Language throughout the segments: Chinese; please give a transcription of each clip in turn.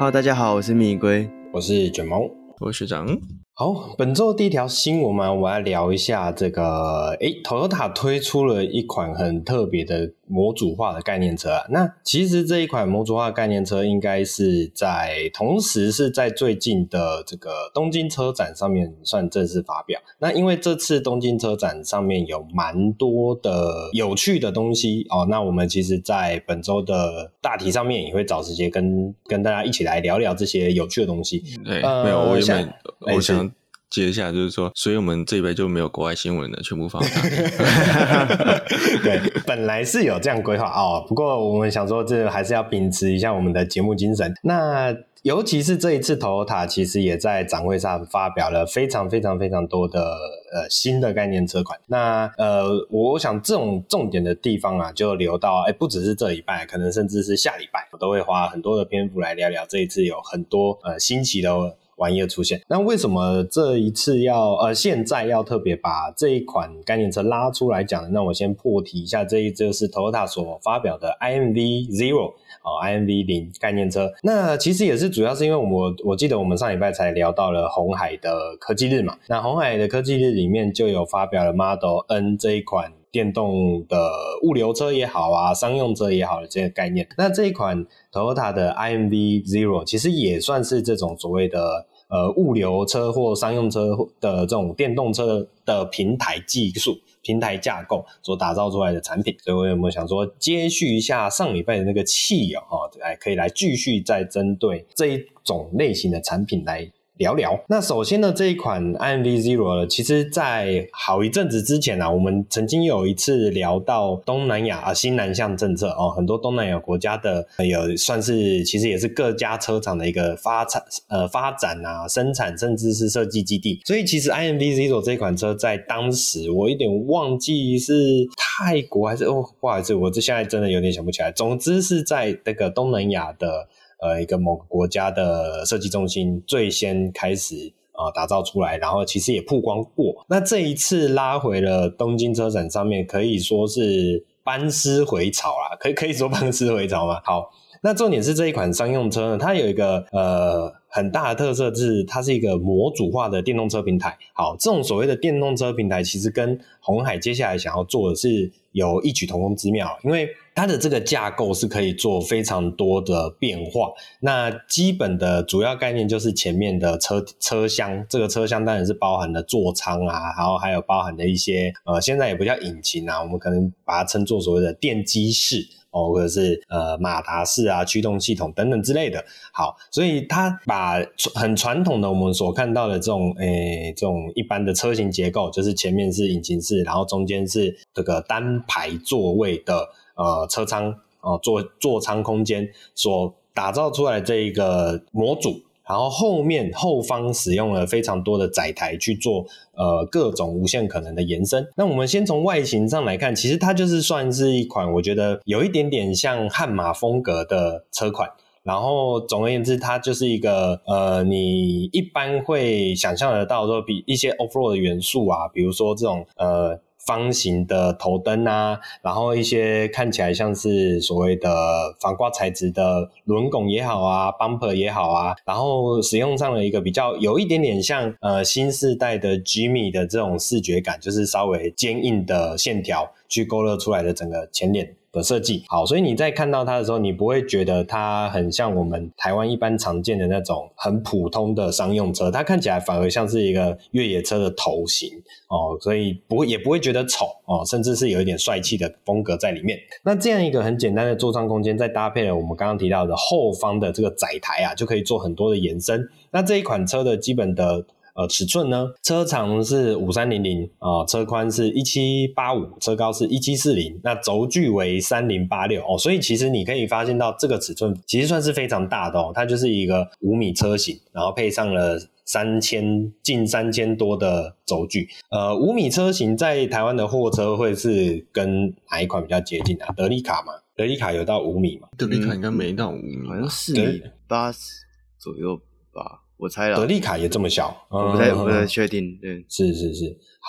Hello， 大家好，我是米龟， 我是卷毛， 我是学长。 好，本周第一条新闻嘛，我要聊一下这个Toyota 推出了一款很特别的模组化的概念车啊。那其实这一款模组化的概念车应该是同时是在最近的这个东京车展上面算正式发表。那因为这次东京车展上面有蛮多的有趣的东西哦，那我们其实在本周的大题上面也会找时间跟大家一起来聊聊这些有趣的东西。 对，没有，我想接一下，就是说，所以我们这一辈就没有国外新闻的，全部放大。 对，本来是有这样规划哦，不过我们想说，这还是要秉持一下我们的节目精神。那尤其是这一次 Toyota 其实也在展会上发表了非常非常非常多的新的概念车款。那我想这种重点的地方啊，就留到不只是这礼拜，可能甚至是下礼拜，我都会花很多的篇幅来聊聊这一次有很多新奇的玩意儿出现。那为什么这一次现在要特别把这一款概念车拉出来讲呢？那我先破题一下，这一就是 Toyota 所发表的 IMV Zero IMV 0概念车。那其实也是主要是因为我记得我们上礼拜才聊到了鸿海的科技日嘛，那鸿海的科技日里面就有发表了 Model N 这一款电动的物流车也好啊，商用车也好的这个概念。那这一款 Toyota 的 IMV Zero 其实也算是这种所谓的物流车或商用车的这种电动车的平台技术、平台架构所打造出来的产品。所以我有没有想说接续一下上礼拜的那个气可以来继续再针对这一种类型的产品来聊聊。那首先呢，这一款 IMV Zero 呢，其实在好一阵子之前啊，我们曾经有一次聊到东南亚新南向政策很多东南亚国家的有算是其实也是各家车厂的一个发展啊、生产甚至是设计基地。所以其实 IMV Zero 这款车在当时我有点忘记是泰国还是不好意思，我这现在真的有点想不起来。总之是在那个东南亚的一个某个国家的设计中心最先开始打造出来，然后其实也曝光过。那这一次拉回了东京车展上面，可以说是班师回朝啦，可以说班师回朝吗？好，那重点是这一款商用车呢，它有一个很大的特色是它是一个模组化的电动车平台。好，这种所谓的电动车平台其实跟鸿海接下来想要做的是有异曲同工之妙，因为它的这个架构是可以做非常多的变化。那基本的主要概念就是前面的车厢，这个车厢当然是包含了座舱啊，然后还有包含的一些现在也不叫引擎啊，我们可能把它称作所谓的电机室或者是马达式啊、驱动系统等等之类的。好，所以它把很传统的我们所看到的这种一般的车型结构，就是前面是引擎室，然后中间是这个单排座位的车舱座舱空间所打造出来的这一个模组，然后后方使用了非常多的载台去做各种无限可能的延伸。那我们先从外形上来看，其实它就是算是一款我觉得有一点点像悍马风格的车款。然后总而言之，它就是一个你一般会想象得到说比一些 off-road 的元素啊，比如说这种方形的头灯啊，然后一些看起来像是所谓的防刮材质的轮拱也好啊 bumper 也好啊，然后使用上了一个比较有一点点像新世代的 Jimmy 的这种视觉感，就是稍微坚硬的线条去勾勒出来的整个前脸的设计。好，所以你在看到它的时候，你不会觉得它很像我们台湾一般常见的那种很普通的商用车，它看起来反而像是一个越野车的头型所以也不会觉得丑甚至是有一点帅气的风格在里面。那这样一个很简单的座舱空间，再搭配了我们刚刚提到的后方的这个载台啊，就可以做很多的延伸。那这一款车的基本的尺寸呢，车长是5300车宽是1785，车高是1740，那轴距为3086所以其实你可以发现到这个尺寸其实算是非常大的它就是一个5米车型，然后配上了近3000多的轴距。5米车型在台湾的货车会是跟哪一款比较接近啊？德利卡嘛，德利卡有到5米嘛？ 德利卡应该没到5米， 好像4米80左右吧，我猜啦。 德利卡也这么小？ 我不太确定。对， 是。好，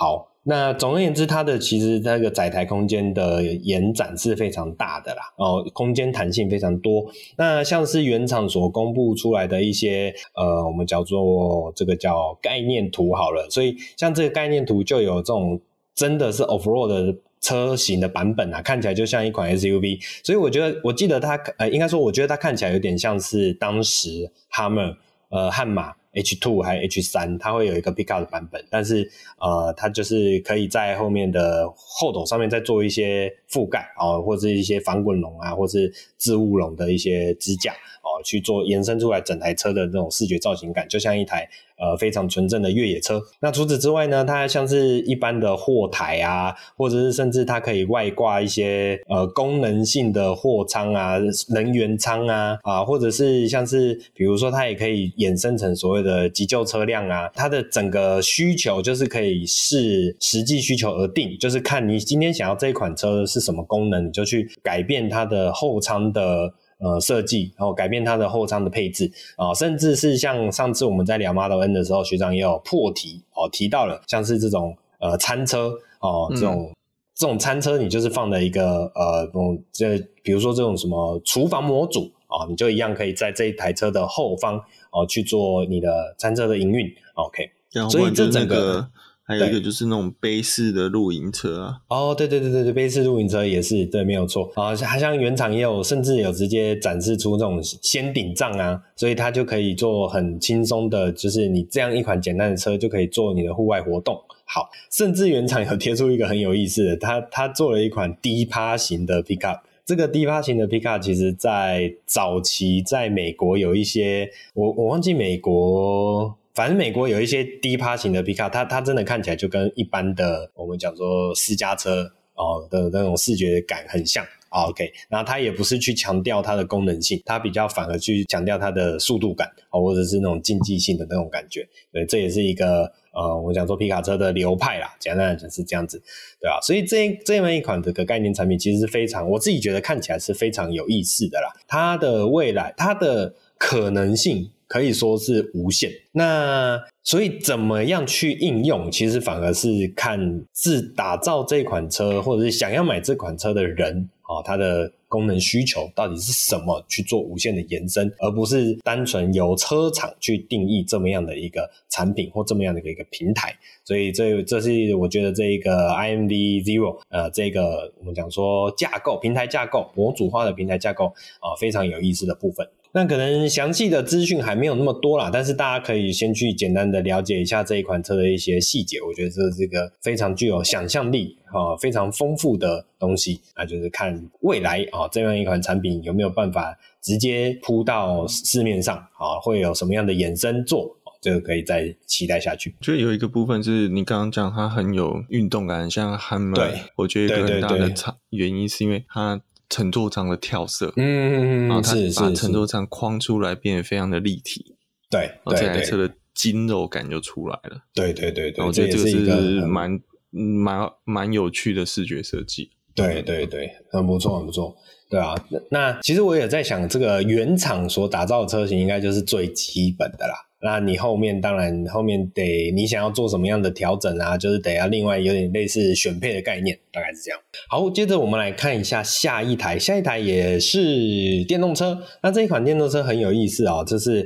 那总而言之，它的其实那个载台空间的延展是非常大的啦，空间弹性非常多。那像是原厂所公布出来的一些我们叫做这个叫概念图好了，所以像这个概念图就有这种真的是 off-road 的车型的版本啊，看起来就像一款 SUV， 所以我记得它应该说我觉得它看起来有点像是当时汉马H2 还是 H3 它会有一个 pickup 的版本，但是它就是可以在后面的后斗上面再做一些覆盖或者一些防滚笼啊，或是置物笼的一些支架去做延伸出来整台车的那种视觉造型感，就像一台非常纯正的越野车。那除此之外呢，它像是一般的货台啊，或者是甚至它可以外挂一些功能性的货舱啊、能源舱啊或者是像是比如说它也可以衍生成所谓的急救车辆啊，它的整个需求就是可以视实际需求而定，就是看你今天想要这一款车是什么功能，你就去改变它的后舱的设计，然后改变它的后舱的配置甚至是像上次我们在聊 Model N 的时候，学长也有破题提到了像是这种餐车这种餐车，你就是放了一个比如说这种什么厨房模组你就一样可以在这一台车的后方去做你的餐车的营运 OK， 所以这整个还有一个就是那种杯式的露营车啊。 对，杯式露营车也是对，没有错还像原厂也有，甚至有直接展示出这种掀顶帐啊，所以它就可以做很轻松的，就是你这样一款简单的车就可以做你的户外活动。好，甚至原厂有贴出一个很有意思的，它做了一款低趴型的 pickup。这个低趴型的 pickup 其实在早期在美国有一些，我忘记美国，反正美国有一些低趴型的 pickup， 它真的看起来就跟一般的我们讲说私家车的那种视觉感很像。OK， 然后它也不是去强调它的功能性，它比较反而去强调它的速度感或者是那种竞技性的那种感觉。对，这也是一个我讲说皮卡车的流派啦，简单来讲是这样子，对吧？所以这么一款这个概念产品其实是非常，我自己觉得看起来是非常有意思的啦。它的未来，它的可能性可以说是无限。那所以怎么样去应用，其实反而是看是打造这款车或者是想要买这款车的人它的功能需求到底是什么去做无限的延伸，而不是单纯由车厂去定义这么样的一个产品或这么样的一个平台。所以这是我觉得这一个 IMV Zero 这个我们讲说架构，平台架构，模组化的平台架构非常有意思的部分。那可能详细的资讯还没有那么多啦，但是大家可以先去简单的了解一下这一款车的一些细节，我觉得这是一个非常具有想象力非常丰富的东西，那就是看未来这样一款产品有没有办法直接铺到市面上会有什么样的衍生做，这个可以再期待下去。 就有一个部分是你刚刚讲它很有运动感，像Hammer，对，我觉得一个很大的原因是因为它乘坐舱的跳色，然后它把乘坐舱框出来变得非常的立体， 对， 这台车的筋肉感就出来了。 对， 我觉得这个是蛮有趣的视觉设计。 对，很不错很不错。对啊，那其实我也在想，这个原厂所打造的车型应该就是最基本的啦。那你后面当然后面得你想要做什么样的调整啊，就是得要另外有点类似选配的概念，大概是这样。好，接着我们来看一下下一台也是电动车。那这一款电动车很有意思这是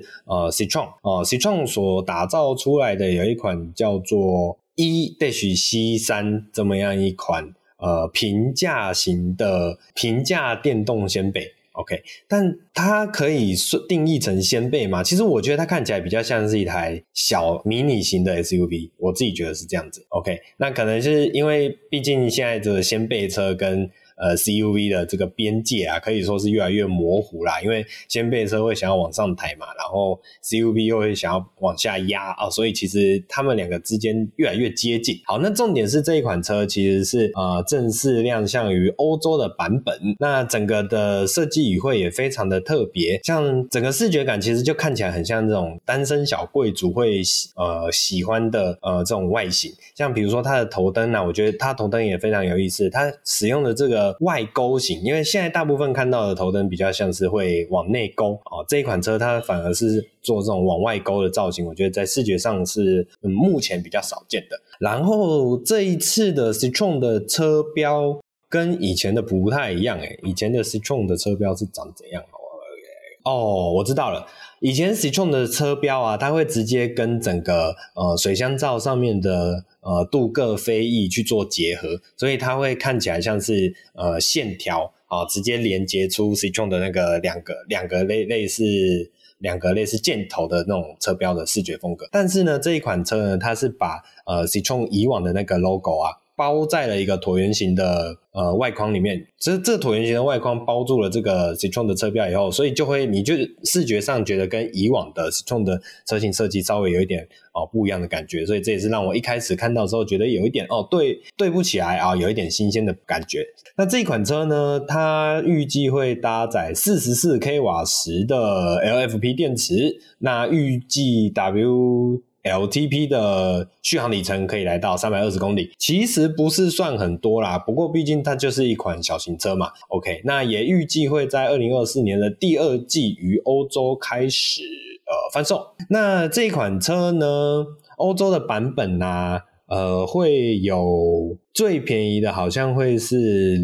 Citroen所打造出来的，有一款叫做 E-C3 这么样一款平价型的平价电动掀背。OK， 但它可以定义成掀背吗？其实我觉得它看起来比较像是一台小迷你型的 SUV， 我自己觉得是这样子。OK， 那可能是因为毕竟现在的掀背车跟CUV 的这个边界可以说是越来越模糊啦，因为掀背车会想要往上抬嘛，然后 CUV 又会想要往下压所以其实他们两个之间越来越接近。好，那重点是这一款车其实是正式亮相于欧洲的版本，那整个的设计语汇也非常的特别，像整个视觉感其实就看起来很像这种单身小贵族会喜欢的这种外形，像比如说它的头灯我觉得它头灯也非常有意思，它使用的这个的外勾型，因为现在大部分看到的头灯比较像是会往内勾这一款车它反而是做这种往外勾的造型，我觉得在视觉上是目前比较少见的。然后这一次的 Citroen 的车标跟以前的不太一样以前的 Citroen 的车标是长怎样我知道了，以前 Citroen 的车标啊，它会直接跟整个水箱罩上面的镀铬飞翼去做结合，所以它会看起来像是线条直接连接出 Citroen 的那个两个类似箭头的那种车标的视觉风格。但是呢，这一款车呢，它是把Citroen 以往的那个 logo 啊包在了一个椭圆形的外框里面，这椭圆形的外框包住了这个 Citroen 的车标以后，所以你就视觉上觉得跟以往的 Citroen 的车型设计稍微有一点不一样的感觉，所以这也是让我一开始看到之后觉得有一点对不起来有一点新鲜的感觉。那这一款车呢，它预计会搭载 44k 瓦时的 LFP 电池，那预计 WLTP 的续航里程可以来到320公里，其实不是算很多啦，不过毕竟它就是一款小型车嘛。 OK， 那也预计会在2024年的第二季于欧洲开始贩售。那这一款车呢，欧洲的版本啊会有最便宜的好像会是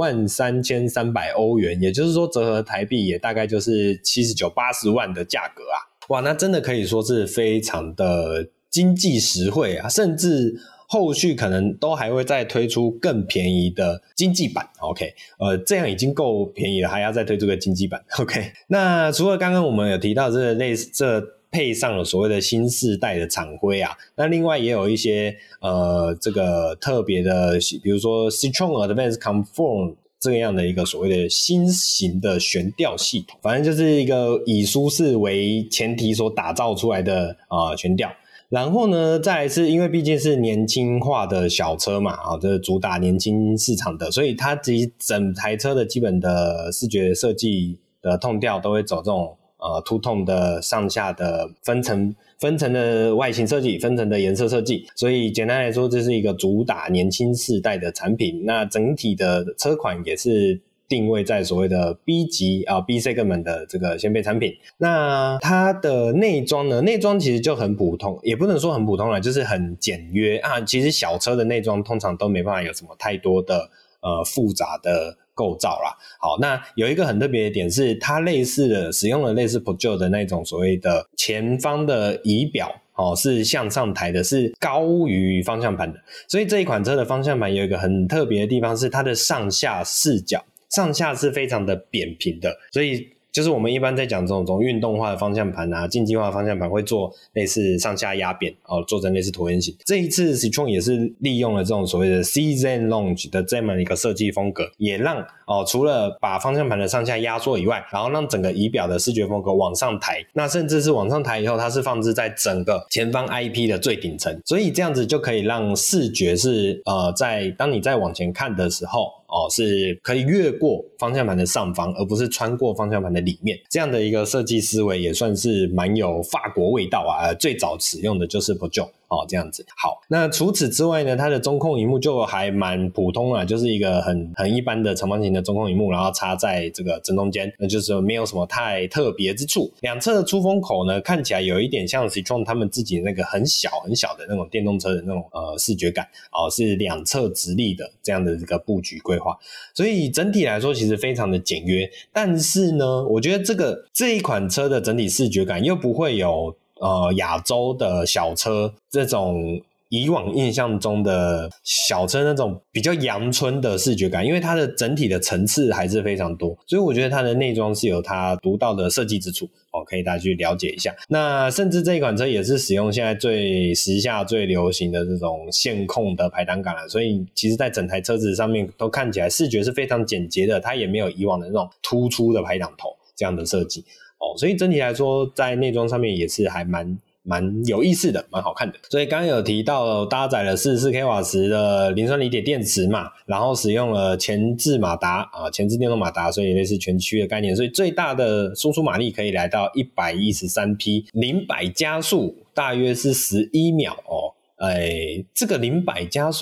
23,300欧元，也就是说折合台币也大概就是79-80万的价格啊。哇，那真的可以说是非常的经济实惠啊，甚至后续可能都还会再推出更便宜的经济版。 OK， 这样已经够便宜了，还要再推出个经济版。 OK， 那除了刚刚我们有提到这配上了所谓的新世代的厂徽啊，那另外也有一些这个特别的，比如说 Citroen Advanced Conform这样的一个所谓的新型的悬吊系统，反正就是一个以舒适为前提所打造出来的悬吊。然后呢，再来是因为毕竟是年轻化的小车嘛这主打年轻市场的，所以它整台车的基本的视觉设计的痛调都会走这种凸痛的上下的分层的外形设计，分层的颜色设计，所以简单来说这是一个主打年轻世代的产品。那整体的车款也是定位在所谓的 B 级B segment 的这个掀背产品。那它的内装呢，内装其实就很普通，也不能说很普通啦，就是很简约其实小车的内装通常都没办法有什么太多的复杂的构造啦。好，那有一个很特别的点是，它使用了类似 Peugeot 的那种所谓的前方的仪表是向上抬的，是高于方向盘的。所以这一款车的方向盘有一个很特别的地方，是它的上下视角上下是非常的扁平的，所以就是我们一般在讲这种运动化的方向盘竞技化的方向盘会做类似上下压扁做成类似椭圆形。这一次 Citroen 也是利用了这种所谓的 C-Zen Lounge 的这么一个设计风格，也让除了把方向盘的上下压缩以外，然后让整个仪表的视觉风格往上抬，那甚至是往上抬以后，它是放置在整个前方 IP 的最顶层，所以这样子就可以让视觉是当你在往前看的时候是可以越过方向盘的上方，而不是穿过方向盘的里面。这样的一个设计思维也算是蛮有法国味道最早使用的就是 Peugeot这样子。好，那除此之外呢，它的中控萤幕就还蛮普通啦，就是一个很一般的长方形的中控萤幕，然后插在这个正中间，那就是没有什么太特别之处。两侧的出风口呢，看起来有一点像 Citroen 他们自己那个很小很小的那种电动车的那种视觉感是两侧直立的这样的这个布局规划，所以整体来说其实非常的简约。但是呢，我觉得这一款车的整体视觉感又不会有亚洲的小车这种以往印象中的小车那种比较阳春的视觉感，因为它的整体的层次还是非常多，所以我觉得它的内装是有它独到的设计之处可以大家去了解一下。那甚至这一款车也是使用现在时下最流行的这种线控的排挡杆了，所以其实在整台车子上面都看起来视觉是非常简洁的，它也没有以往的那种突出的排挡头这样的设计所以整体来说在内装上面也是还蛮有意思的，蛮好看的。所以刚刚有提到搭载了 44k 瓦时的磷酸锂铁电池嘛，然后使用了前置马达前置电动马达，所以类似全驱的概念，所以最大的输出马力可以来到113匹，0-100加速大约是11秒这个0-100加速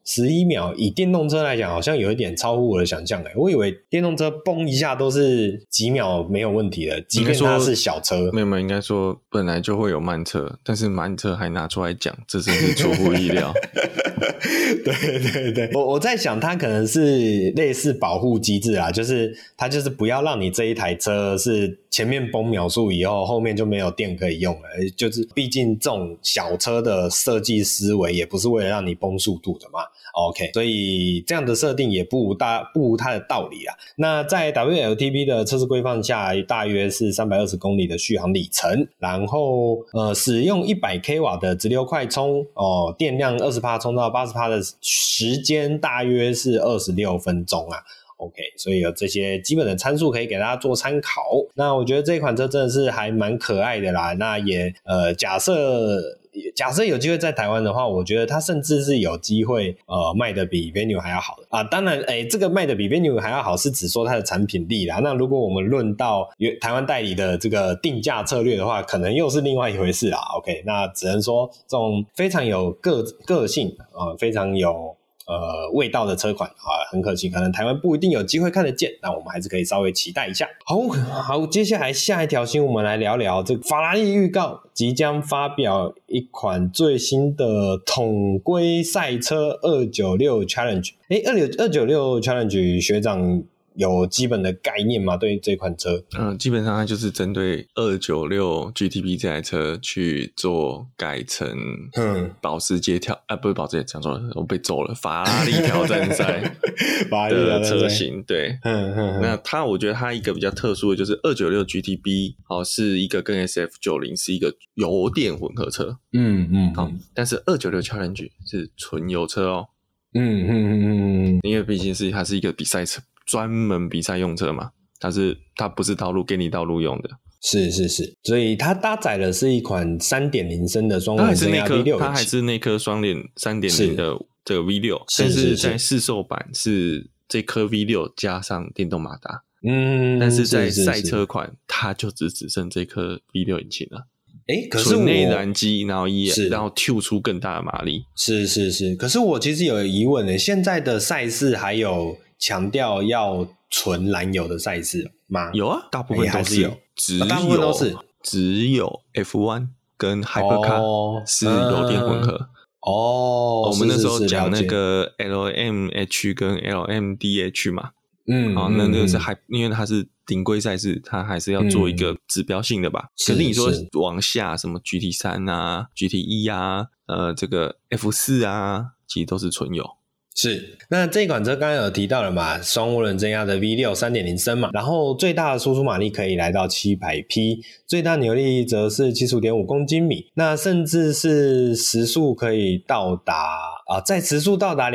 11秒，以电动车来讲好像有一点超乎我的想象我以为电动车蹦一下都是几秒没有问题的，即便它是小车。 没有，应该说本来就会有慢车，但是慢车还拿出来讲，这真是出乎意料。 对，我在想它可能是类似保护机制啦，就是它就是不要让你这一台车是前面崩秒数以后后面就没有电可以用了，就是毕竟这种小车的设计思维也不是为了让你崩速度的嘛。OK， 所以这样的设定也不无它的道理啦。那在 WLTP 的测试规范下，大约是320公里的续航里程，然后使用 100kW 的直流快充电量 20% 充到 80% 的时间大约是26分钟啊。OK， 所以有这些基本的参数可以给大家做参考。那我觉得这款车真的是还蛮可爱的啦。那也假设有机会在台湾的话，我觉得它甚至是有机会卖得比 Venue 还要好的啊。当然这个卖得比 Venue 还要好是指说它的产品力啦。那如果我们论到台湾代理的这个定价策略的话，可能又是另外一回事啦。OK， 那只能说这种非常有个性非常有味道的车款很可惜可能台湾不一定有机会看得见，那我们还是可以稍微期待一下。好，接下来下一条新闻我们来聊聊这个法拉利预告即将发表一款最新的统规赛车296 Challenge。 296 Challenge 学长有基本的概念吗？对于这款车基本上它就是针对296 GTB 这台车去做改成保时捷不是保时捷，讲错了，我被揍了，法拉利挑战赛的车型。对，那我觉得它一个比较特殊的就是296 GTB 是一个跟 SF90 是一个油电混合车但是296 Challenge 是纯油车因为毕竟它是一个比赛车，专门比赛用车嘛，它不是给你道路用的。 是，所以它搭载的是一款 3.0 升的双涡轮增压 V6， 它还是那颗双联 3.0 的这个 V6， 但是在市售版是这颗 V6 加上电动马达但是在赛车款它就只剩这颗 V6 引擎了。 可是纯内燃机，然后 Q 出更大的马力。 是，可是我其实有疑问现在的赛事还有强调要纯燃油的赛事吗？ 有啊，大部分都是有，只有 F1 跟 Hypercar 是油电混合。我们那时候讲那个 LMH 跟 LMDH 嘛，那个是因为它是顶规赛事，它还是要做一个指标性的吧。可是你说往下什么 GT3 啊 GT1 啊这个 F4 啊其实都是纯油。 是，那这款车刚刚有提到了嘛，双涡轮增压的 V6 3.0 升嘛，然后最大的输出马力可以来到700匹，最大扭力则是 75.5 公斤米，那甚至是时速可以到达在时速到达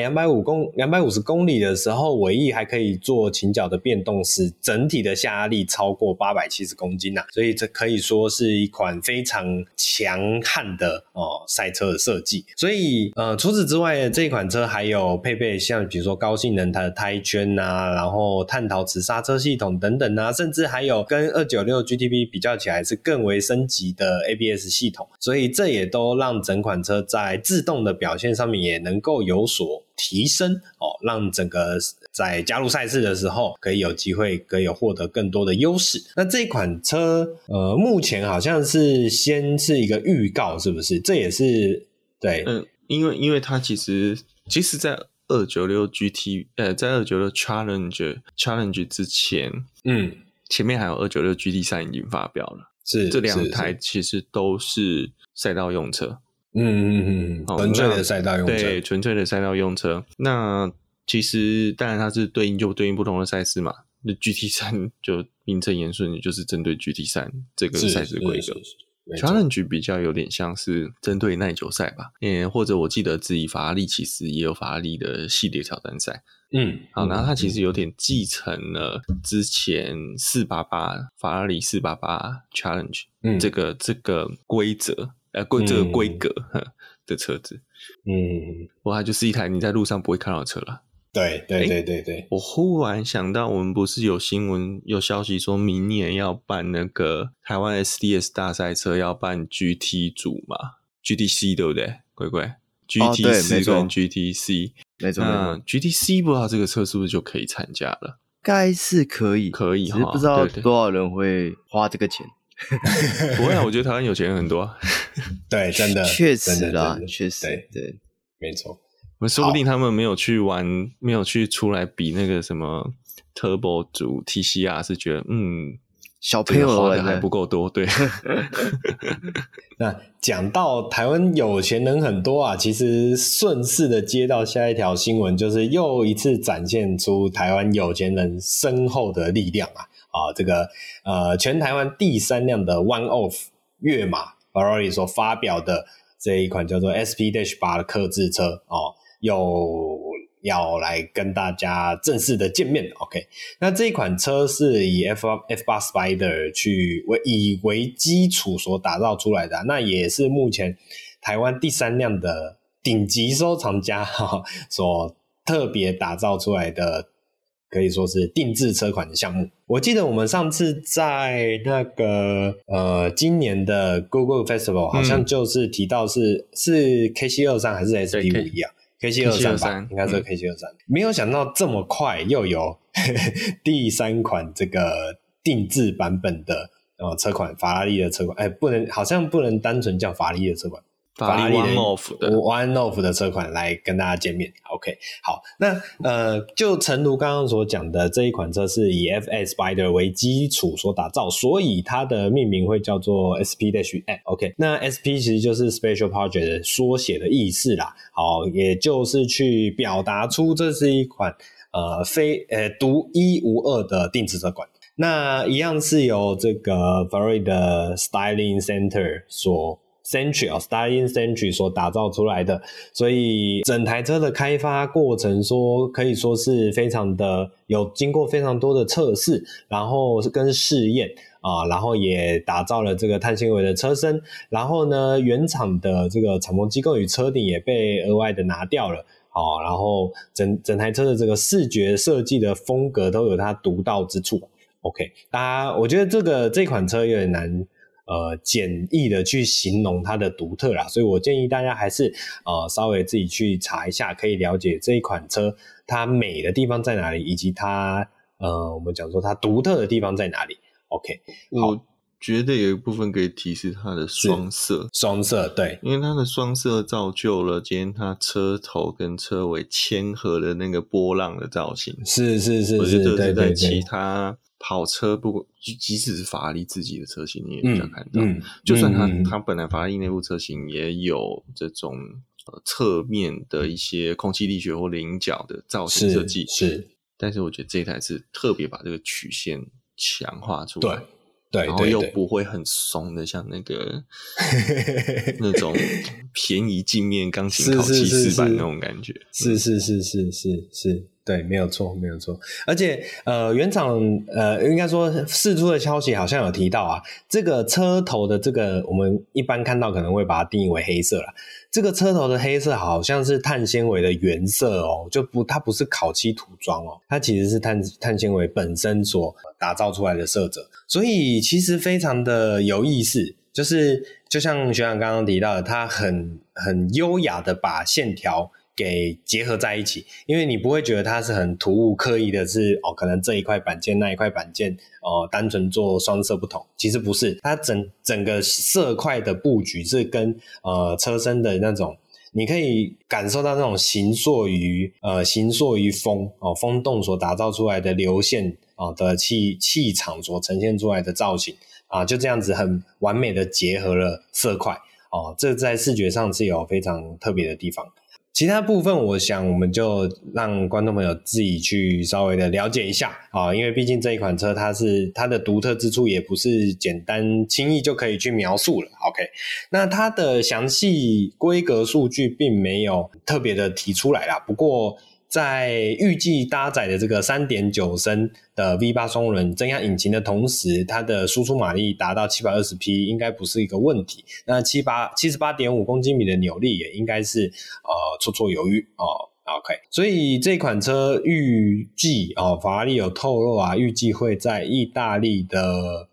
250公里的时候，尾翼还可以做倾角的变动，使整体的下压力超过870公斤所以这可以说是一款非常强悍的赛车的设计。所以除此之外，这款车还有配备像比如说高性能的胎圈然后碳陶瓷刹车系统等等甚至还有跟296 GTB 比较起来是更为升级的 ABS 系统，所以这也都让整款车在制动的表现上面也能够有所提升让整个在加入赛事的时候可以有机会可以获得更多的优势。那这款车目前好像是先是一个预告，是不是？这也是对因为它其实在296 GT 在296 Challenge 之前前面还有296 GT3 已经发表了，这两台其实都是赛道用车纯粹的赛道用车， 对，纯粹的赛道用车。那其实当然它是对应不同的赛事嘛，那 GT3 就名正言顺就是针对 GT3 这个赛事规格。Challenge 比较有点像是针对耐久赛吧，或者我记得自己法拉利其实也有法拉利的系列挑战赛。好，然后它其实有点继承了之前488法拉利488 Challenge 这个规则这个规格的车子。不过它就是一台你在路上不会看到的车啦。 对， 我忽然想到，我们不是有新闻有消息说明年要办那个台湾 SDS 大赛车要办 GT 组嘛 GTC 对不对？乖乖 GT4 跟 GTC 没错。 那 GTC 不知道这个车是不是就可以参加了？ 该是可以， 可以， 只是不知道多少人会花这个钱。 不会啊，我觉得台湾有钱人很多。 对，真的， 确实啦，确实，对， 没错。 说不定他们没有去玩，没有去出来比那个什么 Turbo 组 TCR， 是觉得小朋友花的还不够多，对。 那讲到台湾有钱人很多啊，其实顺势的接到下一条新闻，就是又一次展现出台湾有钱人深厚的力量啊！这个全台湾第3辆的 One Off 跃马 Ferrari 所发表的这一款叫做 SP-8 的客制车又要来跟大家正式的见面。 OK， 那这一款车是以 F8 Spider 以为基础所打造出来的那也是目前台湾第3辆的顶级收藏家所特别打造出来的，可以说是定制车款的项目。我记得我们上次在那个今年的 Google Festival 好像就是提到是 K723 还是 SP5 一样，K723 吧，应该是 K723。没有想到这么快又有第3款这个定制版本的车款，法拉利的车款，好像不能单纯叫法拉利的车款， 法拉利 One Off 的车款来跟大家见面。 OK， 好，那就诚如刚刚所讲的，这一款车是以 F8 Spider 为基础所打造，所以它的命名会叫做 SP-8。 OK， 那 SP 其实就是 Special Project 的缩写的意思啦。好，也就是去表达出这是一款独一无二的定制车款。那一样是由这个 Ferrari 的 Styling Center Styling Century 所打造出来的，所以整台车的开发过程可以说是非常的有经过非常多的测试，然后跟试验然后也打造了这个碳纤维的车身，然后呢原厂的这个敞篷机构与车顶也被额外的拿掉了。然后整台车的这个视觉设计的风格都有它独到之处。 OK， 我觉得这款车有点难简易的去形容它的独特啦，所以我建议大家还是稍微自己去查一下，可以了解这一款车它美的地方在哪里，以及它我们讲说它独特的地方在哪里。 OK， 我觉得有一部分可以提示它的双色， 对， 因为它的双色造就了今天它车头跟车尾牵合的那个波浪的造型。 是， 我觉得这是在其他跑车，不过即使是法拉利自己的车型你也比较看到，就算它本来法拉利内部车型也有这种侧面的一些空气力学或菱角的造型设计， 是， 但是我觉得这台是特别把这个曲线强化出来， 对， 然后又不会很松的，像那个那种便宜镜面钢琴烤漆式版那种感觉， 是。对，没有错。而且原厂应该说释出的消息好像有提到这个车头的这个我们一般看到可能会把它定义为黑色啦，这个车头的黑色好像是碳纤维的原色它不是烤漆涂装它其实是碳纤维本身所打造出来的色泽，所以其实非常的有意思，就像学长刚刚提到的，它很优雅的把线条给结合在一起，因为你不会觉得它是很突兀刻意的是可能这一块板件那一块板件单纯做双色不同，其实不是，它整个色块的布局是跟车身的那种你可以感受到那种形塑于风洞所打造出来的流线的气场所呈现出来的造型就这样子很完美的结合了色块这在视觉上是有非常特别的地方。其他部分我想我们就让观众朋友自己去稍微的了解一下因为毕竟这一款车它的独特之处也不是简单轻易就可以去描述了。 OK， 那它的详细规格数据并没有特别的提出来啦，不过在预计搭载的这个 3.9 升的 V8 双轮增压引擎的同时，它的输出马力达到720匹应该不是一个问题，那 78.5 公斤米的扭力也应该是绰绰有余OK， 所以这款车预计法拉利有透露预计会在意大利的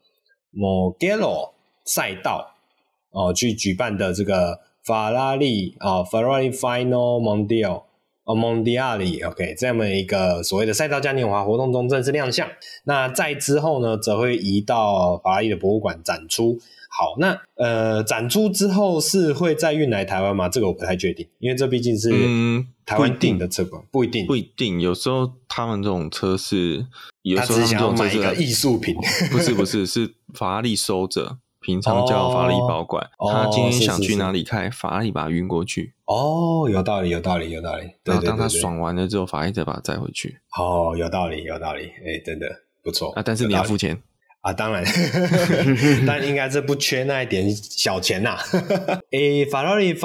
Mugello 赛道去举办的这个法拉利Final Mondial Mondiali OK 这么一个所谓的赛道嘉年华活动中正式亮相。那在之后呢，则会移到法拉利的博物馆展出。好，那展出之后是会再运来台湾吗？这个我不太确定，因为这毕竟是台湾定的车款，不一定。 有时候他们这种车是，有时候他只想要买一个艺术品， 不是，是法拉利收着，平常叫法拉利保管。他今天想去哪里开，法拉利把它运过去。 哦，有道理。 然后当他爽完了之后，法拉利再把它载回去。 哦，有道理，真的不错啊！但是你要付钱。 啊，当然，但应该是不缺那一点小钱呐。法拉利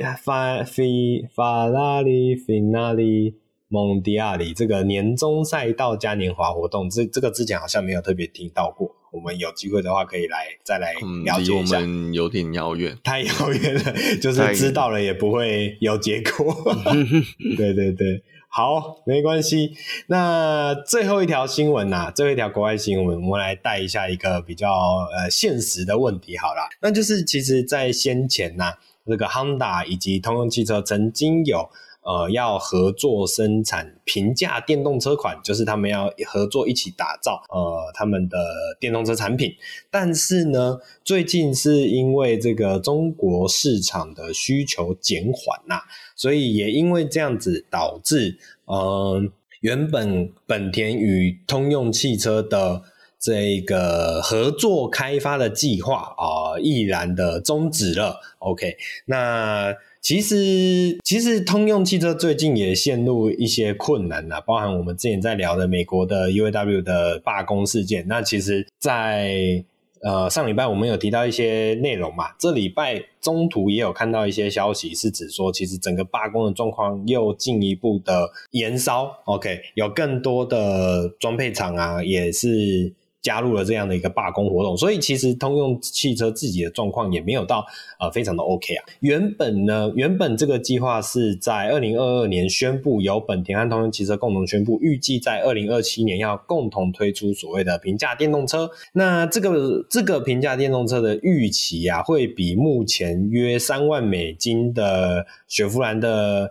Finale Mondiali 这个年终赛道嘉年华活动，这个之前好像没有特别听到过。我们有机会的话，可以再来了解一下。 离我们有点遥远， 太遥远了，就是知道了也不会有结果。对。好，没关系。那最后一条新闻最后一条国外新闻，我们来带一下一个比较现实的问题好了。那就是其实在先前这个 Honda 以及通用汽车曾经有要合作生产平价电动车款，就是他们要合作一起打造他们的电动车产品。但是呢，最近是因为这个中国市场的需求减缓所以也因为这样子导致原本本田与通用汽车的这个合作开发的计划毅然的终止了。 OK， 那其实通用汽车最近也陷入一些困难包含我们之前在聊的美国的 UAW 的罢工事件。那其实在上礼拜我们有提到一些内容嘛，这礼拜中途也有看到一些消息是指说，其实整个罢工的状况又进一步的延烧。 OK， 有更多的装配厂也是加入了这样的一个罢工活动，所以其实通用汽车自己的状况也没有到非常的 OK 原本这个计划是在2022年宣布，由本田和通用汽车共同宣布，预计在2027年要共同推出所谓的平价电动车。那这个平价电动车的预期会比目前约3万美金的雪佛兰的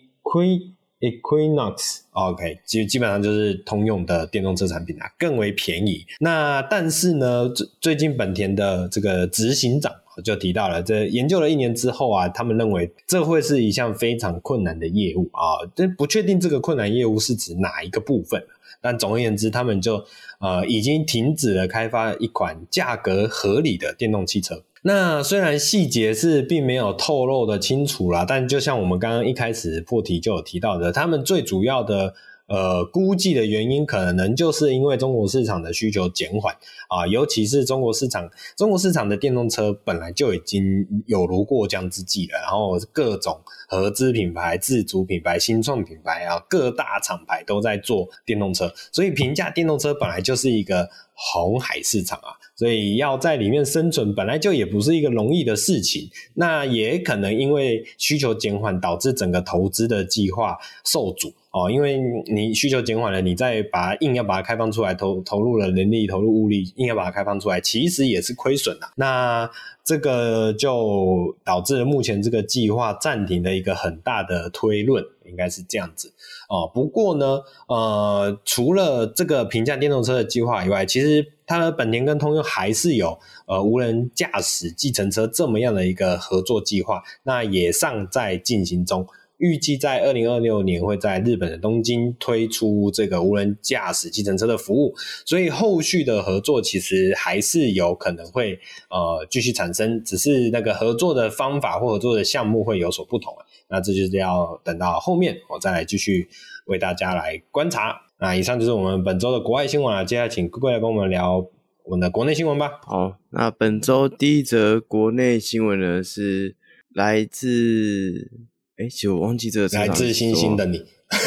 Equinox OK， 基本上就是通用的电动车产品更为便宜。那但是呢，最近本田的这个执行长就提到了，这研究了1年之后他们认为这会是一项非常困难的业务不确定这个困难业务是指哪一个部分，但总而言之，他们就已经停止了开发一款价格合理的电动汽车。那虽然细节是并没有透露的清楚啦，但就像我们刚刚一开始破题就有提到的，他们最主要的估计的原因可能就是因为中国市场的需求减缓尤其是中国市场的电动车本来就已经有如过江之鲫了，然后各种合资品牌、自主品牌、新创品牌各大厂牌都在做电动车，所以平价电动车本来就是一个红海市场所以要在里面生存本来就也不是一个容易的事情。那也可能因为需求减缓导致整个投资的计划受阻因为你需求减缓了，你再硬要把它开放出来，投入了人力、投入物力，硬要把它开放出来，其实也是亏损那这个就导致了目前这个计划暂停的一个很大的推论，应该是这样子不过呢除了这个平价电动车的计划以外，其实它的本田跟通用还是有无人驾驶计程车这么样的一个合作计划，那也尚在进行中。预计在2026年会在日本的东京推出这个无人驾驶计程车的服务，所以后续的合作其实还是有可能会继续产生，只是那个合作的方法或合作的项目会有所不同那这就是要等到后面我再来继续为大家来观察。那以上就是我们本周的国外新闻接下来请贵贵来跟我们聊我们的国内新闻吧。 好，那本周第一则国内新闻呢是来自其实我忘记这个车厂， 来自星星的你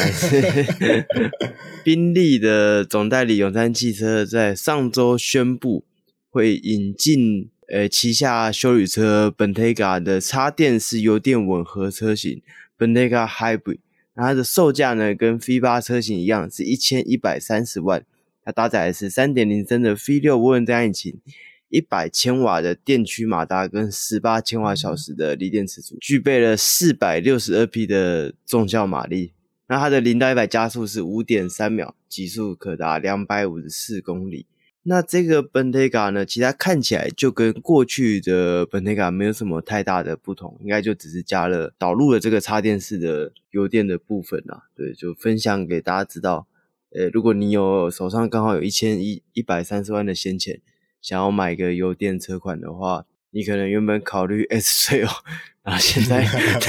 宾利的总代理永山汽车在上周宣布会引进旗下休旅车 Bentayga 的插电式油电混合车型 Bentayga Hybrid， 那它的售价呢跟 V8 车型一样是1130万，它搭载的是 3.0 升的 V6 涡轮增压引擎，100千瓦的电驱马达跟18千瓦小时的锂电池组，具备了462匹的重效马力。 那它的0到100加速是 5.3 秒，极速可达254公里。那这个 Bentayga 呢，其实它看起来就跟过去的 Bentayga 没有什么太大的不同，应该就只是导入了这个插电式的油电的部分啦。对，就分享给大家知道。如果你有手上刚好有130万的闲钱，想要买个油电车款的话，你可能原本考虑 S-Trail， 然后现在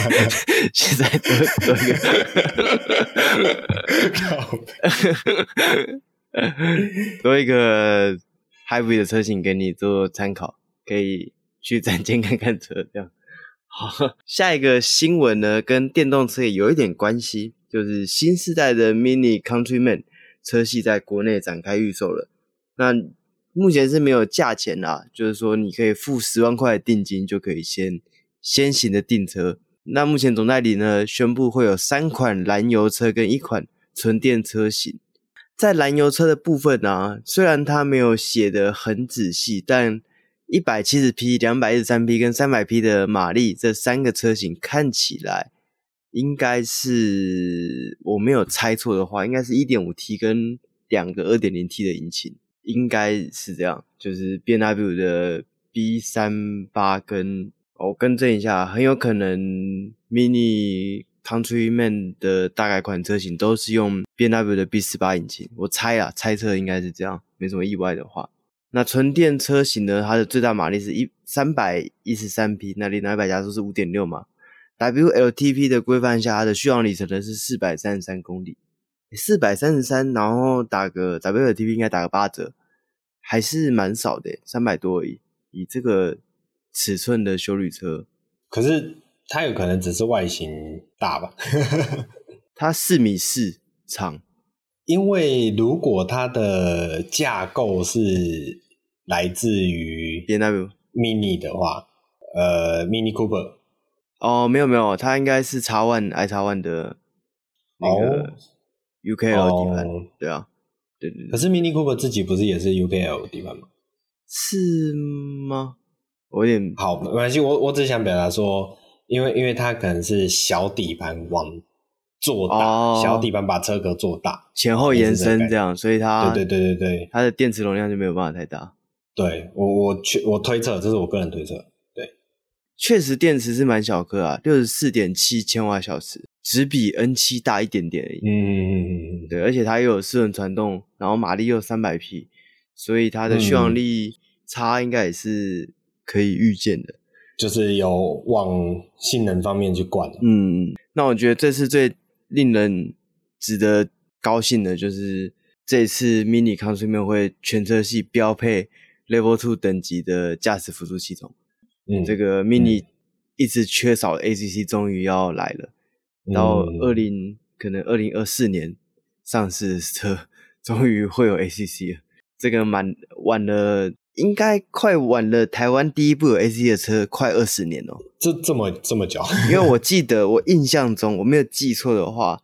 多一个多一个 Hybrid 的车型给你做参考，可以去展间看看车这样。好，下一个新闻呢跟电动车也有一点关系，就是新世代的 Mini Countryman 车系在国内展开预售了。那目前是没有价钱啦，就是说你可以付10万块的定金就可以先行的订车。那目前总代理呢宣布会有3款燃油车跟1款纯电车型。在燃油车的部分啊，虽然它没有写得很仔细，但 170匹、213匹跟300匹的马力这3个车型看起来应该是，我没有猜错的话，应该是 1.5T 跟2个 2.0T 的引擎，应该是这样。就是 BMW 的 B38 跟我更正一下，很有可能 Mini Countryman 的大改款车型都是用 BMW 的 B48 引擎，我猜测应该是这样，没什么意外的话。那纯电车型呢，它的最大马力是313匹，那0到100加速是 5.6 码。WLTP 的规范下，它的续航里程呢是433公里，433，然后打个 WLTP 应该打个8折，还是蛮少的，300多而已。以这个尺寸的休旅车， 可是它有可能只是外形大吧？ 它4.4米长， 因为如果它的架构是来自于 BMW Mini 的话，Mini Cooper。 哦，没有，它应该是 X1 的那个 UKL 底盘，对啊，对。 可是 Mini Cooper 自己不是也是 UKL 底盘吗？ 是吗？我有点好，没关系，我只想表达说，因为它可能是小底盘往做大，小底盘把车壳做大， 前后延伸这样，所以它对， 它的电池容量就没有办法太大。 对，我推测，这是我个人推测。 确实电池是蛮小颗啊， 64.7 千瓦小时，只比 N7 大一点点而已。对，而且它又有4轮传动，然后马力又300匹，所以它的续航力差应该也是可以预见的， 就是有往性能方面去灌。 那我觉得这次最令人值得高兴的就是这次 Mini Countryman 会全车系标配 Level 2 等级的驾驶辅助系统。这个 Mini 一直缺少的 ACC 终于要来了，到可能2024年上市的车终于会有 ACC 了。这个晚了，应该快晚了台湾第一部有 ACC 的车快20年哦。 这么久？ 因为我记得我印象中我没有记错的话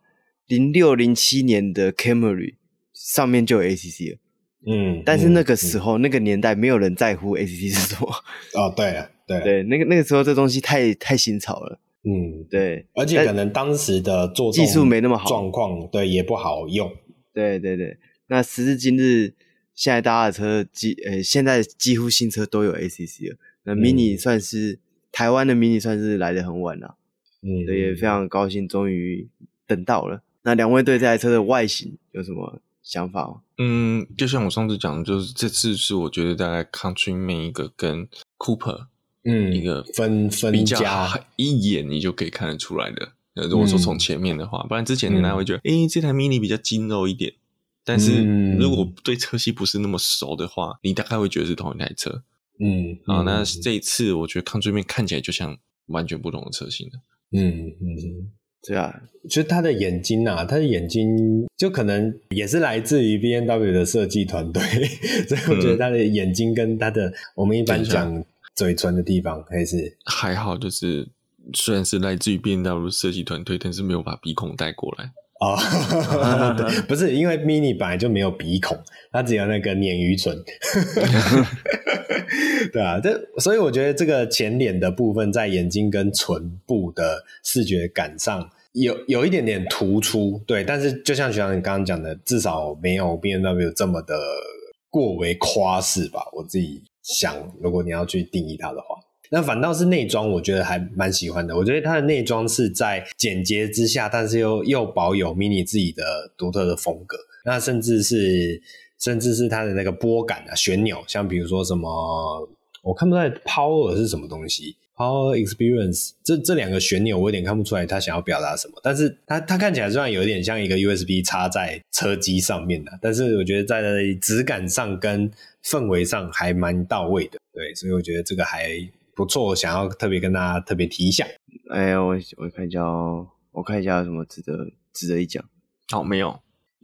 ，06、07年的 Camry 上面就有 ACC 了。但是那个时候那个年代没有人在乎 ACC 是什么。 哦，对， 那个时候这东西太新潮了。对， 而且可能当时的做技术没那么好， 状况对也不好用。 对，那时至今日，现在大家的车现在几乎新车都有 ACC 了。那 Mini 算是台湾的 Mini 算是来得很晚了。对，也非常高兴终于等到了。那两位对这台车的外形有什么想法吗？ 就像我上次讲的，就是这次是我觉得大概 Countryman 一个跟 Cooper 一个分家， 一眼你就可以看得出来的。如果说从前面的话，不然之前大家会觉得这台 Mini 比较筋肉一点，但是如果对车系不是那么熟的话，你大概会觉得是同一台车。那这一次我觉得 Countryman 看起来就像完全不同的车型的。 对啊， 就他的眼睛就可能也是来自于 BMW 的设计团队，所以我觉得他的眼睛跟他的我们一般讲嘴唇的地方还好，就是虽然是来自于 BMW 设计团队，但是没有把鼻孔带过来。 对，不是因为 Mini 本来就没有鼻孔，它只有那个鲶鱼唇。对啊，所以我觉得这个前脸的部分在眼睛跟唇部的视觉感上有一点点突出，对，但是就像学长你刚刚讲的，至少没有 BMW 这么的过为夸饰吧，我自己想，如果你要去定义它的话。那反倒是内装我觉得还蛮喜欢的，我觉得它的内装是在简洁之下，但是又保有 Mini 自己的独特的风格，那甚至是它的那个拨杆啊旋钮，像比如说什么我看不出来 Power 是什么东西， Power Experience 这两个旋钮我有点看不出来它想要表达什么，但是它看起来虽然有点像一个 USB 插在车机上面的，但是我觉得在质感上跟氛围上还蛮到位的，对，所以我觉得这个还不错，想要特别跟大家特别提一下。 我看一下哦，我看一下有什么值得一讲。 没有。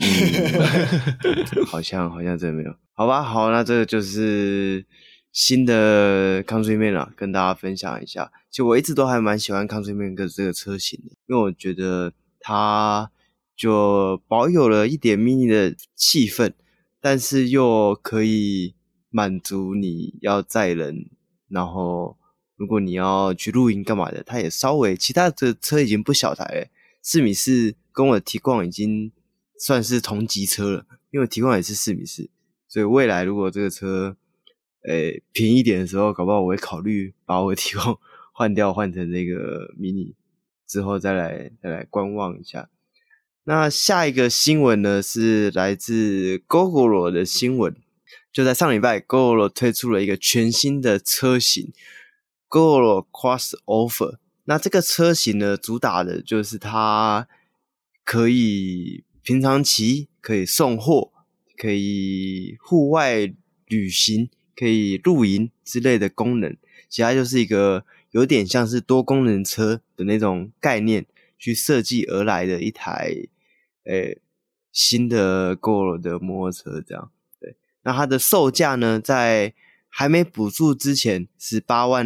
好像真的没有。好吧，好，那这个就是新的 Countryman 啦，跟大家分享一下。其实我一直都还蛮喜欢 Countryman 这个车型的，因为我觉得它就保有了一点 Mini 的气氛，但是又可以满足你要载人，然后如果你要去露营干嘛的，它也稍微，其他的车已经不小台了，4.4米跟我的提况已经算是同级车了，因为我提况也是4.4米，所以未来如果这个车便宜一点的时候，搞不好我会考虑把我的提况换成这个 Mini， 之后再来观望一下。那下一个新闻呢是来自 Gogoro 的新闻，就在上礼拜 Gogoro 推出了一个全新的车型 Gogoro Crossover。 那这个车型呢主打的就是它可以平常骑，可以送货，可以户外旅行，可以露营之类的功能，其实它就是一个有点像是多功能车的那种概念去设计而来的一台新的 Gogoro 的摩托车这样。对，那它的售价呢在还没补助之前是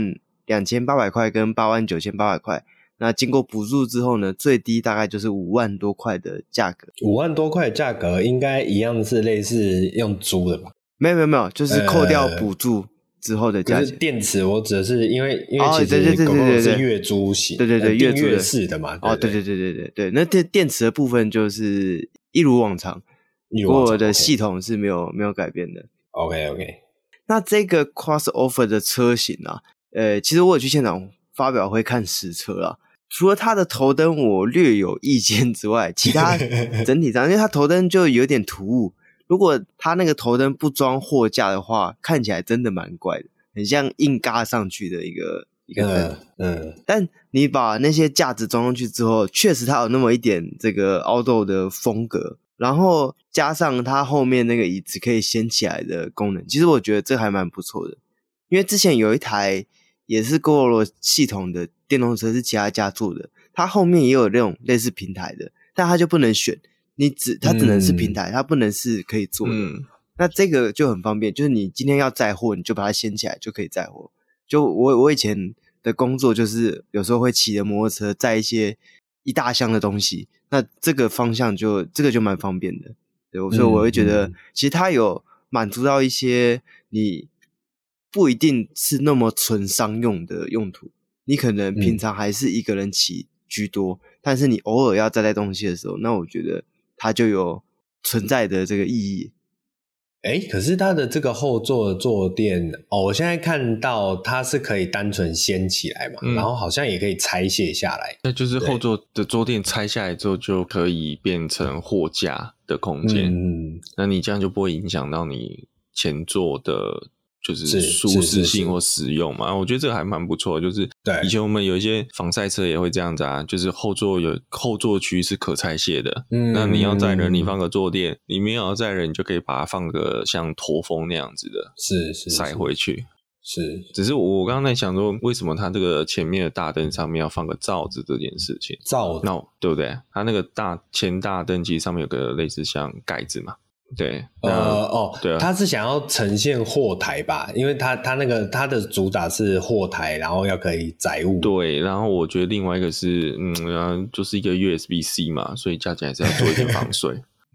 82800块跟89800块，那经过补助之后呢，最低大概就是5万多块的价格。 5万多块的价格应该一样是类似用租的吧？ 没有，就是扣掉补助之后的价钱。 可是电池我指的是因为其实Gogoro是月租型， 对， 订阅式的嘛。 对，那电池的部分就是一如往常，Gogoro的系统是没有改变的。 OK。 那这个 crossover 的车型啊，其实我有去现场发表会看实车啦。除了它的头灯我略有意见之外，其他整体上，因为它头灯就有点突兀，如果它那个头灯不装货架的话，看起来真的蛮怪的，很像硬嘎上去的一个灯。但你把那些架子装上去之后，确实它有那么一点这个 outdoor 的风格，然后加上它后面那个椅子可以掀起来的功能，其实我觉得这还蛮不错的。因为之前有一台也是 Gogoro 系统的电动车是其他家做的，它后面也有那种类似平台的，但它就不能选，它只能是平台，它不能是可以做的。那这个就很方便，就是你今天要载货，你就把它掀起来就可以载货。就我以前的工作就是有时候会骑着摩托车载一大箱的东西，那这个方向这个就蛮方便的。对，所以我会觉得其实它有满足到一些你不一定是那么纯商用的用途，你可能平常还是一个人骑居多，但是你偶尔要载东西的时候，那我觉得它就有存在的这个意义。 可是它的这个后座的坐垫我现在看到它是可以单纯掀起来嘛，然后好像也可以拆卸下来。 那就是后座的坐垫拆下来之后就可以变成货架的空间。那你这样就不会影响到你前座的就是舒适性或实用嘛。我觉得这个还蛮不错的，就是以前我们有一些仿赛车也会这样子啊，就是后座区是可拆卸的。那你要载人你放个坐垫，你没有要载人你就可以把它放个像驼峰那样子的塞回去。只是我刚刚在想说为什么它这个前面的大灯上面要放个罩子这件事情。 罩子对不对？它那个前大灯其实上面有个类似像盖子嘛。对，对啊， 他是想要呈现货台吧，因为他的主打是货台，然后要可以载物。 对，然后我觉得另外一个是就是一个 USB-C 嘛，所以加起来是要做一点防水。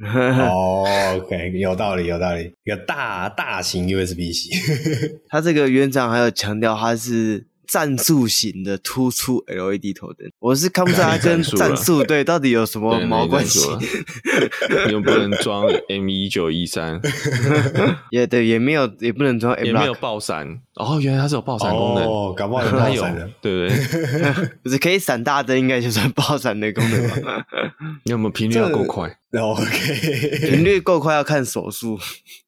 OK， 有道理，一个大型 USB-C。 他这个园长还有强调他是战术型的突出 LED 头灯，我是看不出它跟战术对到底有什么毛关系。 你又不能装 M1913， 也对，也不能装 M， 也没有爆闪。哦，原来它是有爆闪功能， 哦，搞不好有爆闪的， 对不对？ 就是可以闪大灯，应该就算爆闪的功能吧。 你有没有频率要够快 ？OK， 频率够快要看手速。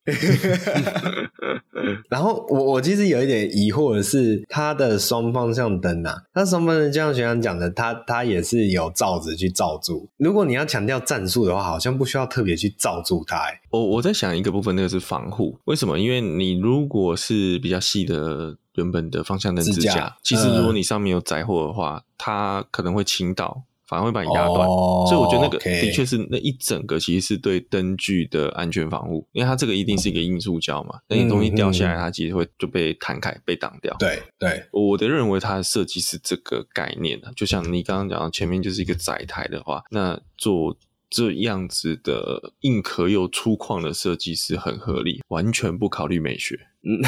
然后我其实有一点疑惑的是，它的双方向灯啊，它双方向灯就像学长讲的，它也是有罩子去罩住。如果你要强调战术的话，好像不需要特别去罩住它。 我在想一个部分，那个是防护。为什么？因为你如果是比较细的原本的方向灯支架，其实如果你上面有载货的话，它可能会倾倒。反而会把你压断，所以我觉得那个的确是那一整个其实是对灯具的安全防护，因为它这个一定是一个硬塑胶嘛，那你东西掉下来，它其实会就被弹开、被挡掉。 对， 我的认为它的设计是这个概念的，就像你刚刚讲的，前面就是一个载台的话，那做这样子的硬壳又粗犷的设计是很合理，完全不考虑美学。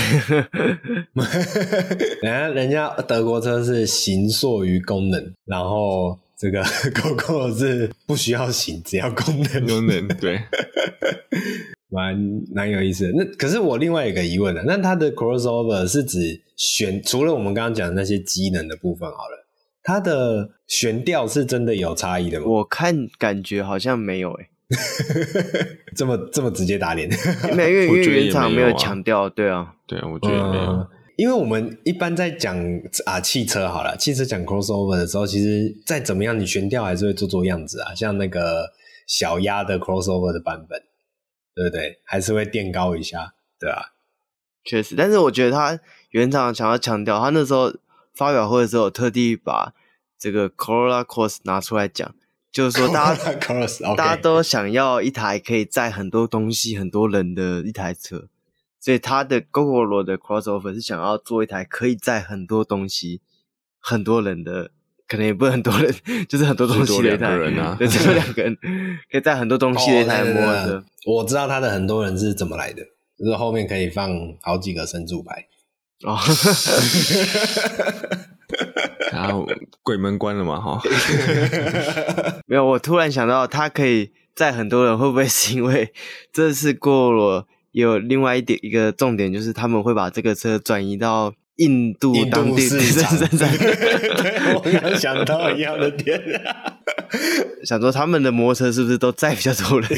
人家德国车是形塑于功能，然后这个 GoGo 是不需要形，只要功能， 对， 蛮有意思的。那可是我另外有个疑问了，那它的 crossover 是指除了我们刚刚讲的那些机能的部分好了，它的悬吊是真的有差异的吗？ 我感觉好像没有这么直接打脸。 没有，因为原厂没有强调，对啊， 我觉得没有。 因为我们一般在讲汽车好了，汽车讲 crossover 的时候，其实再怎么样你悬吊还是会做样子啊，像那个小鸭的 crossover 的版本，对不对？还是会垫高一下，对啊， 确实。但是我觉得他原厂想要强调，他那时候发表会的时候特地把这个 Corolla Cross 拿出来讲，就是说大家都想要一台可以载很多东西、很多人的一台车。所以他的 Gogoro 的 crossover 是想要做一台可以载很多东西、很多人的，可能也不是很多人，就是很多东西的一台。对，只有2个人可以载很多东西的一台摩托车。 我知道他的很多人是怎么来的，就是后面可以放好几个神主牌。 哦， 然后鬼门关了嘛，哈。 没有，我突然想到，他可以载很多人，会不会是因为这次Gogoro也有另外一个重点，就是他们会把这个车转移到印度当地市场。对，我刚想到一样的点。 想说他们的摩托车是不是都载比较多人？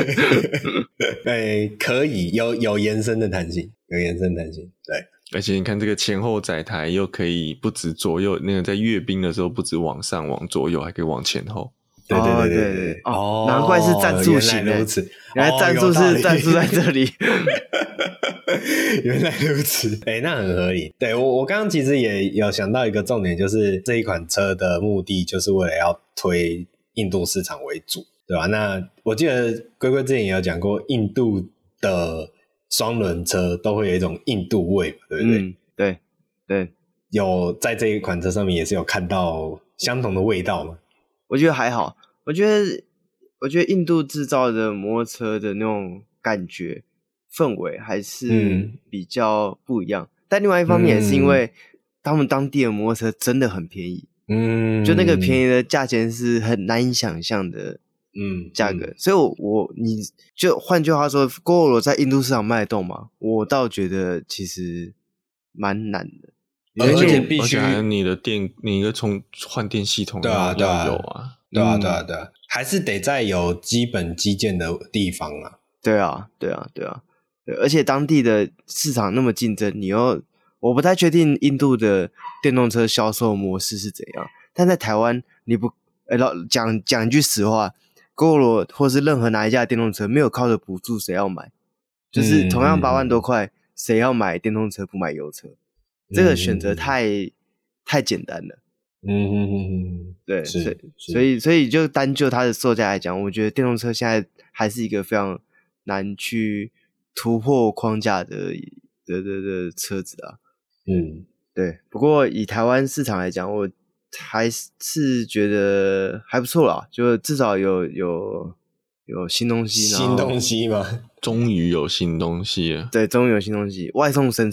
可以有延伸的弹性，对。 而且你看这个前后载台又可以不止左右，那个在阅兵的时候不止往上往左右，还可以往前后。 对， 哦，难怪是战术型的，原来战术是战术在这里。 原来如此，那很合理。对，我刚刚其实也有想到一个重点，就是这一款车的目的就是为了要推印度市场为主，对吧？那我记得龟龟之前也有讲过，印度的双轮车都会有一种印度味嘛，对不对？ 对， 有在这一款车上面也是有看到相同的味道吗？ 我觉得还好，我觉得印度制造的摩托车的那种感觉氛围还是比较不一样，但另外一方面也是因为他们当地的摩托车真的很便宜，就那个便宜的价钱是很难以想象的价格，所以你就换句话说 Gogoro 在印度市场卖得动吗？我倒觉得其实蛮难的。 而且必须还有你的你一个换电系统要有啊， 对啊，还是得在有基本基建的地方啊。 对，而且当地的市场那么竞争，我不太确定印度的电动车销售模式是怎样，但在台湾你不讲一句实话 ，Gogoro 或是任何哪一家电动车没有靠着补助，谁要买？就是同样8万多块，谁要买电动车不买油车？这个选择太简单了。对，所以就单就它的售价来讲，我觉得电动车现在还是一个非常难去突破框架的车子啊。对。不过以台湾市场来讲，我还是觉得还不错啦，就至少有新东西。 新东西吗？ 终于有新东西了。 对，终于有新东西，外送神车啦。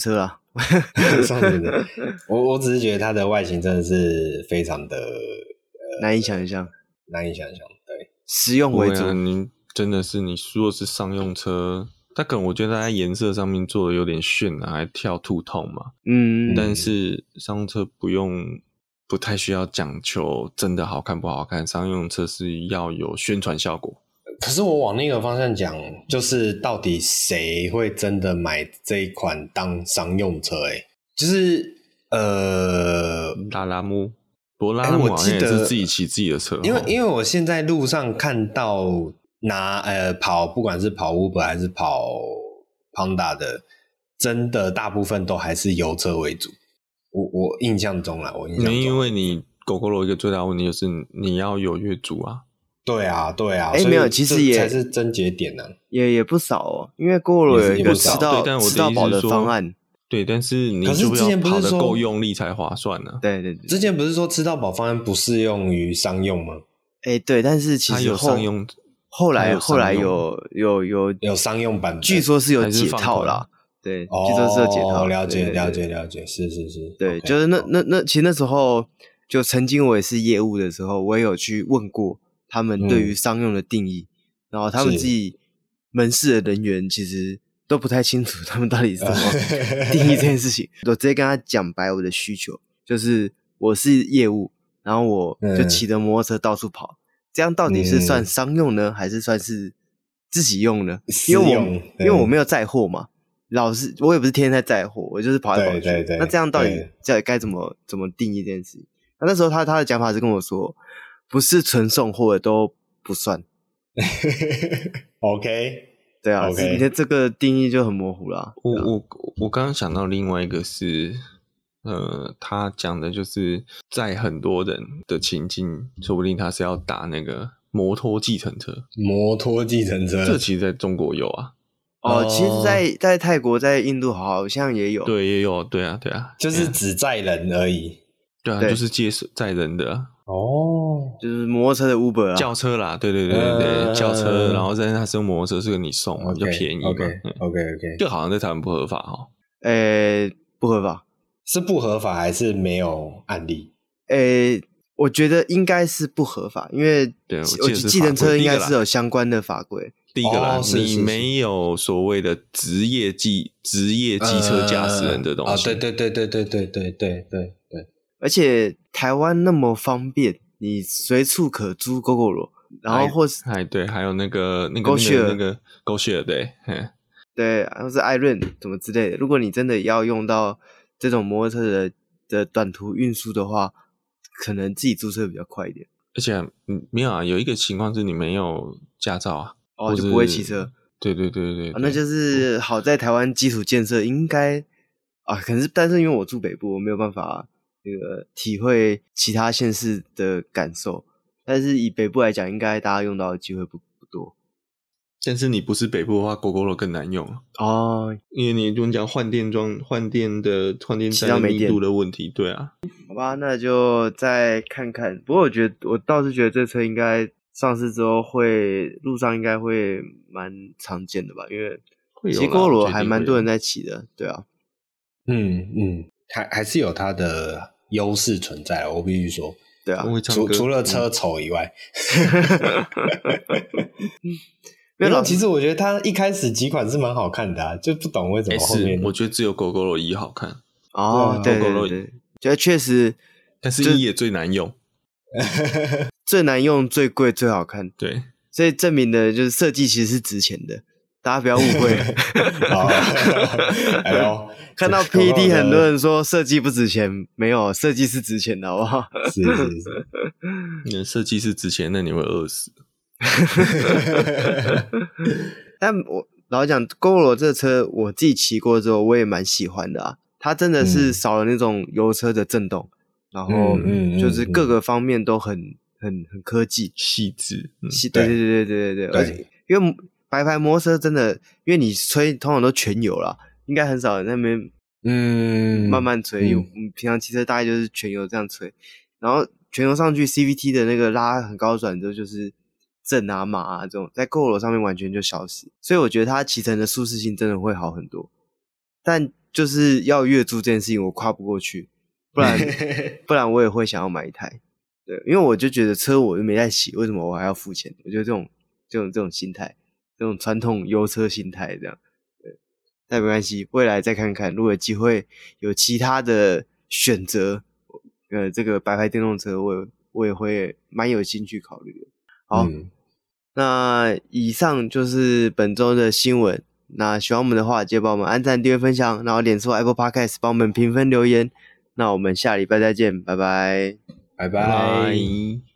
上次的，我只是觉得它的外形真的是非常的难以想象， 对， 实用为主。 你真的是你说的是商用车，它可能我觉得它在颜色上面做的有点炫啊，还跳兔痛嘛。但是商用车不太需要讲求真的好看不好看，商用车是要有宣传效果。 可是我往那个方向讲，就是到底谁会真的买这一款当商用车？就是拉拉木，不过拉拉木好像也是自己骑自己的车， 因为我现在路上看到跑，不管是跑 Uber 还是跑 Honda 的，真的大部分都还是油车为主。我印象中啦， 因为你Gogoro一个最大的问题就是你要有月租啊。 对啊， 没有，其实也才是症结点呢， 也不少哦。因为 Gogoro 有一个吃到饱的方案， 对，但是你就要跑得够用力才划算呢。 对， 之前不是说吃到饱方案不适用于商用吗？ 对，但是其实有商用， 后来有商用版， 据说是有解套啦。对，据说是有解套。 了解，是。 对，就是那其实那时候就曾经我也是业务的时候，我也有去问过他们对于商用的定义，然后他们自己门市的人员其实都不太清楚他们到底是怎么定义这件事情。我直接跟他讲白我的需求，就是我是业务，然后我就骑着摩托车到处跑，这样到底是算商用呢，还是算是自己用呢？因为我没有载货嘛，我也不是天天在载货，我就是跑来跑去。 对， 那这样到底该怎么定义这件事情？那时候他的讲法是跟我说，不是纯送货的都不算。 OK， 对啊，你的这个定义就很模糊啦。 我刚刚想到另外一个是，他讲的就是在很多人的情境，说不定他是要打那个摩托计程车。这其实在中国有啊。 其实在泰国在印度好像也有。 对，也有，对啊， 就是只载人而已。 对啊，就是载人的。 就是摩托车的 Uber 啊， 轿车啦，对，轿车，然后但是它是用摩托车，是个你送比较便宜嘛。 OK， 就好像在台湾不合法哦。 不合法， 是不合法还是没有案例？ 我觉得应该是不合法，因为我计程车应该是有相关的法规。 第一个啦，你没有所谓的职业机车驾驶人的东西。 对。 而且台湾那么方便，你随处可租 Gogoro， 然后或是对，还有那个 GoShare 对，或是 iRent 什么之类的。如果你真的要用到这种摩托车的短途运输的话，可能自己租车比较快一点。 而且没有啊，有一个情况是你没有驾照啊， 就不会骑车。 对， 那就是好在台湾基础建设应该可能是，但是因为我住北部，我没有办法那个体会其他县市的感受。但是以北部来讲，应该大家用到的机会不多。 但是你不是北部的话 ，Gogoro 更难用因为你讲换电站密度的问题，对啊。 好吧，那就再看看。不过我倒是觉得这车应该上市之后路上应该会蛮常见的吧，因为其实 Gogoro 还蛮多人在骑的，对啊。 还是有它的优势存在，我必须说。 对啊， 除了车丑以外。没有，其实我觉得它一开始几款是蛮好看的就不懂为什么后面。 我觉得只有 Gogoro 1好看。 对，觉得确实， 但是1也最难用。 最难用、最贵、最好看。 对， 所以证明的就是设计其实是值钱的，大家不要误会。 哎呦， 看到 PPT 很多人说设计不值钱，没有，设计是值钱的，好不好？ 是。 你的设计是值钱，那你会饿死。 但我老实讲 ，Gogoro 这车我自己骑过之后，我也蛮喜欢的它真的是少了那种油车的震动，然后就是各个方面都很科技细致。 对，而且因为白牌摩托车真的，因为你吹通常都全油啦，应该很少人在那边慢慢吹。我们平常骑车大概就是全油这样吹，然后全油上去 CVT 的那个拉很高转之后就是震马这种，在 Gogoro 上面完全就消失，所以我觉得它骑乘的舒适性真的会好很多。但就是要月租这件事情我跨不过去，不然我也会想要买一台。对，因为我就觉得车我就没在骑，为什么我还要付钱？我觉得这种心态，这种传统油车心态这样。对，但没关系，未来再看看，如果有机会有其他的选择，这个白牌电动车我也会蛮有兴趣考虑的。好，那以上就是本周的新闻。那喜欢我们的话，记得帮我们按赞、订阅、分享，然后脸书 Apple Podcast 帮我们评分留言。那我们下礼拜再见，拜拜， 拜拜。